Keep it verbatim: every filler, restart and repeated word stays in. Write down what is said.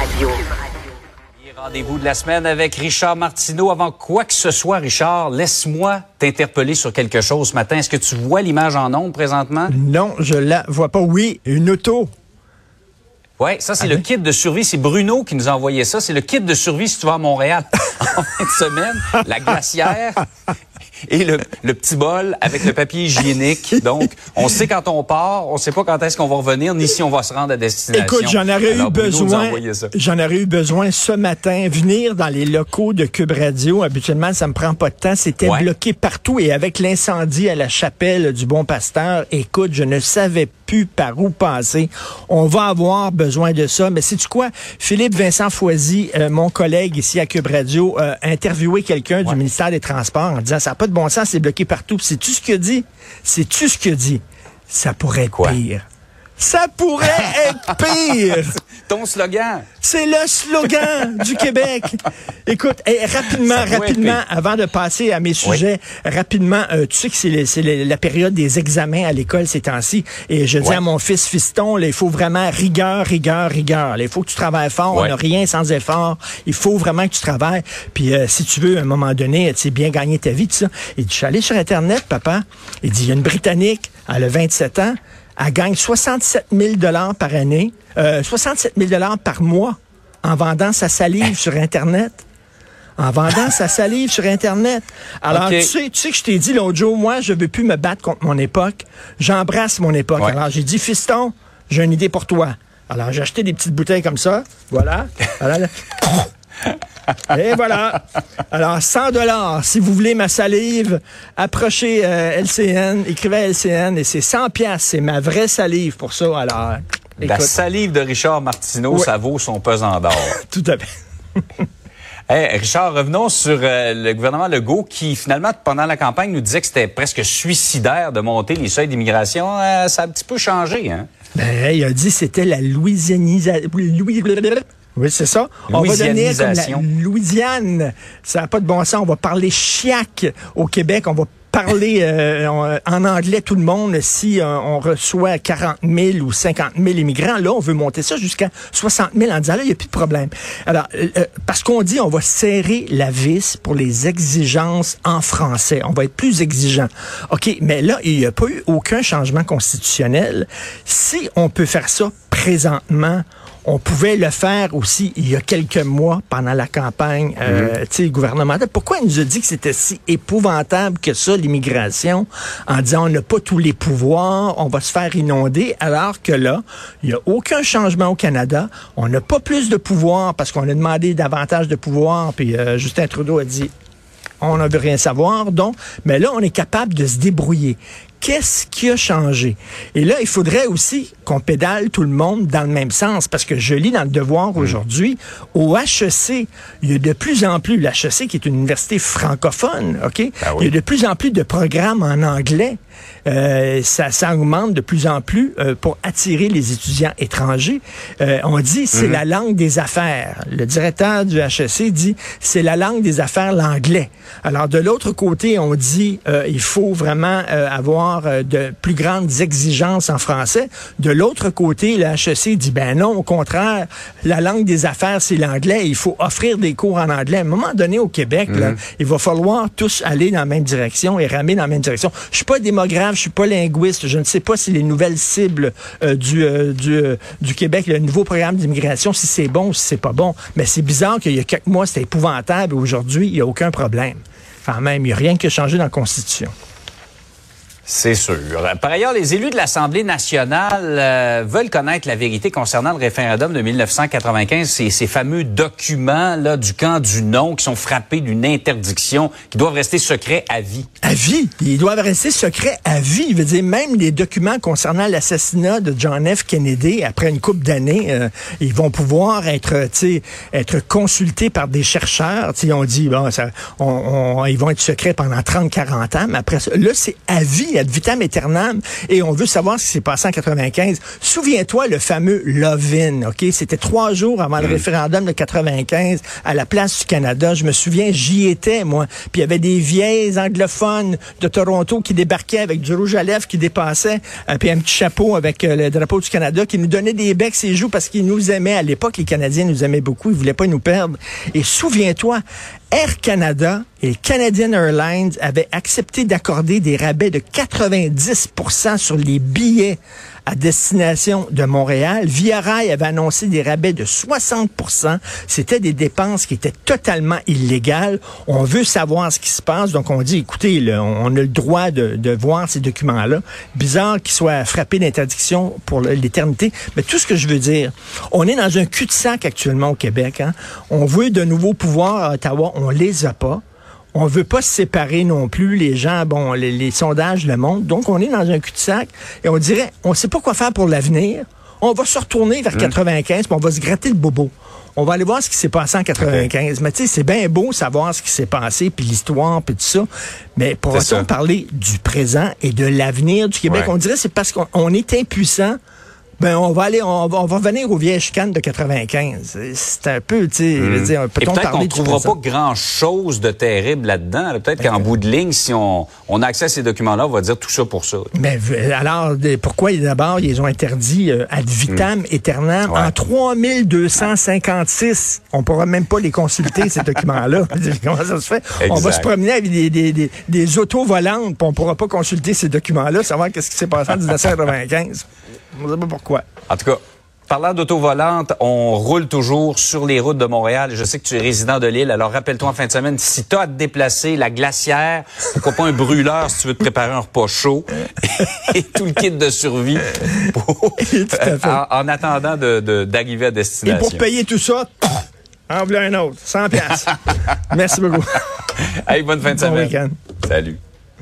Radio. Rendez-vous de la semaine avec Richard Martineau. Avant quoi que ce soit, Richard, laisse-moi t'interpeller sur quelque chose ce matin. Est-ce que tu vois l'image en ondes présentement? Non, je la vois pas. Oui, une auto. Oui, ça, c'est ah le oui? kit de survie. C'est Bruno qui nous a envoyé ça. C'est le kit de survie si tu vas à Montréal en fin de semaine. La glacière et le, le petit bol avec le papier hygiénique. Donc, on sait quand on part, on sait pas quand est-ce qu'on va revenir, ni si on va se rendre à destination. Écoute, j'en aurais Alors, eu Bruno besoin. nous a envoyé ça. J'en aurais eu besoin ce matin. Venir dans les locaux de Cube Radio, habituellement, ça me prend pas de temps. C'était Ouais. bloqué partout. Et avec l'incendie à la chapelle du Bon Pasteur, écoute, je ne savais plus par où passer. On va avoir besoin de ça. Mais sais-tu quoi? Philippe Vincent Foisy, euh, mon collègue ici à Cube Radio, a interviewé quelqu'un Ouais. du ministère des Transports en disant, ça n'a pas de bon sens, c'est bloqué partout. Sais-tu ce qu'il a dit? Sais-tu ce qu'il a dit? Ça pourrait être Quoi? pire. Ça pourrait être pire! Ton slogan. C'est le slogan du Québec. Écoute, hey, rapidement, Ça doit rapidement, être avant de passer à mes sujets, rapidement, euh, tu sais que c'est, le- c'est le- la période des examens à l'école ces temps-ci. Et je dis Ouais. à mon fils fiston, là, il faut vraiment rigueur, rigueur, rigueur. Là, il faut que tu travailles fort. Ouais. On n'a rien sans effort. Il faut vraiment que tu travailles. Puis euh, si tu veux, à un moment donné, tu sais, bien gagner ta vie, tout ça. Il dit, je suis allé sur Internet, papa. Il dit, il y a une Britannique, elle a vingt-sept ans. Elle gagne soixante-sept mille dollars par année, euh, soixante-sept mille dollars par mois en vendant sa salive sur Internet. En vendant sa salive sur Internet. Alors, Okay. tu sais, tu sais que je t'ai dit l'autre jour, moi, je veux plus me battre contre mon époque. J'embrasse mon époque. Ouais. Alors, j'ai dit, fiston, j'ai une idée pour toi. Alors, j'ai acheté des petites bouteilles comme ça. Voilà. Voilà. Et voilà. Alors, cent dollars. Si vous voulez ma salive, approchez euh, L C N, écrivez à L C N et c'est cent piastres. C'est ma vraie salive pour ça. Alors, La écoute, salive de Richard Martineau, Ouais. ça vaut son pesant d'or. tout à fait. Hey, Richard, revenons sur euh, le gouvernement Legault qui, finalement, pendant la campagne, nous disait que c'était presque suicidaire de monter les seuils d'immigration. Euh, ça a un petit peu changé, hein? Ben, il a dit que c'était la louisianisation. Louis... Oui, c'est ça. On va devenir comme la Louisiane. Ça n'a pas de bon sens. On va parler chiac au Québec. On va parler euh, on- en anglais tout le monde si euh, on reçoit quarante mille ou cinquante mille immigrants. Là, on veut monter ça jusqu'à soixante mille en disant là, il n'y a plus de problème. Alors, euh, euh, parce qu'on dit on va serrer la vis pour les exigences en français. On va être plus exigeant. OK, mais là, il n'y a pas eu aucun changement constitutionnel. Si on peut faire ça présentement, on pouvait le faire aussi il y a quelques mois pendant la campagne euh, tu sais, gouvernementale. Pourquoi il nous a dit que c'était si épouvantable que ça, l'immigration, en disant on n'a pas tous les pouvoirs, on va se faire inonder, alors que là, il n'y a aucun changement au Canada. On n'a pas plus de pouvoir parce qu'on a demandé davantage de pouvoir, puis euh, Justin Trudeau a dit on ne veut rien savoir, donc, mais là, on est capable de se débrouiller. Qu'est-ce qui a changé? Et là, il faudrait aussi qu'on pédale tout le monde dans le même sens, parce que je lis dans le Devoir aujourd'hui, au H E C, il y a de plus en plus, l'H E C qui est une université francophone, OK? Ben oui. Il y a de plus en plus de programmes en anglais. Euh, ça, ça augmente de plus en plus euh, pour attirer les étudiants étrangers. Euh, on dit c'est Mm-hmm. la langue des affaires. Le directeur du H E C dit c'est la langue des affaires, l'anglais. Alors de l'autre côté, on dit euh, il faut vraiment euh, avoir euh, de plus grandes exigences en français. De l'autre côté, le H E C dit ben non, au contraire, la langue des affaires c'est l'anglais. Il faut offrir des cours en anglais. À un moment donné au Québec, Mm-hmm. là, il va falloir tous aller dans la même direction et ramer dans la même direction. Je suis pas démographe, je suis pas linguiste, je ne sais pas si les nouvelles cibles euh, du, euh, du, euh, du Québec, le nouveau programme d'immigration, si c'est bon ou si c'est pas bon. Mais c'est bizarre qu'il y a quelques mois, c'était épouvantable. Aujourd'hui, il n'y a aucun problème. Enfin, même, il n'y a rien qui a changé dans la Constitution. C'est sûr. Par ailleurs, les élus de l'Assemblée nationale euh, veulent connaître la vérité concernant le référendum de mille neuf cent quatre-vingt-quinze, ces, ces fameux documents là du camp du non qui sont frappés d'une interdiction, qui doivent rester secrets à vie. À vie. Ils doivent rester secrets à vie. Je veux dire, même les documents concernant l'assassinat de John F. Kennedy, après une couple d'années, euh, ils vont pouvoir être, tu sais, être consultés par des chercheurs. Tu sais, on dit, bon, ça, on, on, ils vont être secrets pendant trente, quarante ans, mais après ça, là, c'est à vie. fini, ad vitam aeternam, et on veut savoir ce qui s'est passé en quatre-vingt-quinze. Souviens-toi le fameux Love-in, OK? C'était trois jours avant le mmh. référendum de quatre-vingt-quinze à la Place du Canada. Je me souviens, j'y étais, moi. Puis il y avait des vieilles anglophones de Toronto qui débarquaient avec du rouge à lèvres qui dépassait, euh, puis un petit chapeau avec euh, le drapeau du Canada, qui nous donnait des becs et joues parce qu'ils nous aimaient. À l'époque, les Canadiens nous aimaient beaucoup. Ils voulaient pas nous perdre. Et souviens-toi, Air Canada et Canadian Airlines avaient accepté d'accorder des rabais de quatre-vingt-dix pour cent sur les billets à destination de Montréal. Via Rail avait annoncé des rabais de soixante pour cent. C'était des dépenses qui étaient totalement illégales. On veut savoir ce qui se passe. Donc, on dit, écoutez, là, on a le droit de, de voir ces documents-là. Bizarre qu'ils soient frappés d'interdiction pour l'éternité. Mais tout ce que je veux dire, on est dans un cul-de-sac actuellement au Québec. Hein? On veut de nouveaux pouvoirs à Ottawa. On les a pas. On veut pas se séparer non plus. Les gens, bon, les, les sondages le montrent. Donc, on est dans un cul-de-sac et on dirait, on sait pas quoi faire pour l'avenir. On va se retourner vers mmh. quatre-vingt-quinze, puis on va se gratter le bobo. On va aller voir ce qui s'est passé en quatre-vingt-quinze. Okay. Mais tu sais, c'est bien beau savoir ce qui s'est passé, puis l'histoire, puis tout ça. Mais pourra-t-on parler du présent et de l'avenir du Québec? Ouais. On dirait que c'est parce qu'on on est impuissant. Ben, on va aller, on va, on va revenir aux vieilles chicanes de quatre-vingt-quinze. C'est un peu, tu sais, mmh. dire, peut-on Et peut-être parler qu'on ne trouvera pas grand-chose de terrible là-dedans. Là. Peut-être ben, qu'en bout de ligne, si on, on a accès à ces documents-là, on va dire tout ça pour ça. Mais alors, pourquoi d'abord ils ont interdit euh, ad vitam mmh. aeternam ouais. en trois mille deux cent cinquante-six? On ne pourra même pas les consulter, ces documents-là. Comment ça se fait? Exact. On va se promener avec des, des, des, des autos volantes, puis on ne pourra pas consulter ces documents-là, savoir qu'est-ce qui s'est passé en dix-neuf cent quatre-vingt-quinze. On ne sait pas pourquoi. En tout cas, parlant d'auto volante, on roule toujours sur les routes de Montréal. Je sais que tu es résident de l'île, alors rappelle-toi en fin de semaine, si tu as à te déplacer, la glacière, pourquoi pas un brûleur si tu veux te préparer un repas chaud et tout le kit de survie pour, euh, en, en attendant de, de, d'arriver à destination. Et pour payer tout ça, en voilà un autre, cent piastres. Merci beaucoup. Hey, bonne fin de bon semaine. Week-end. Salut.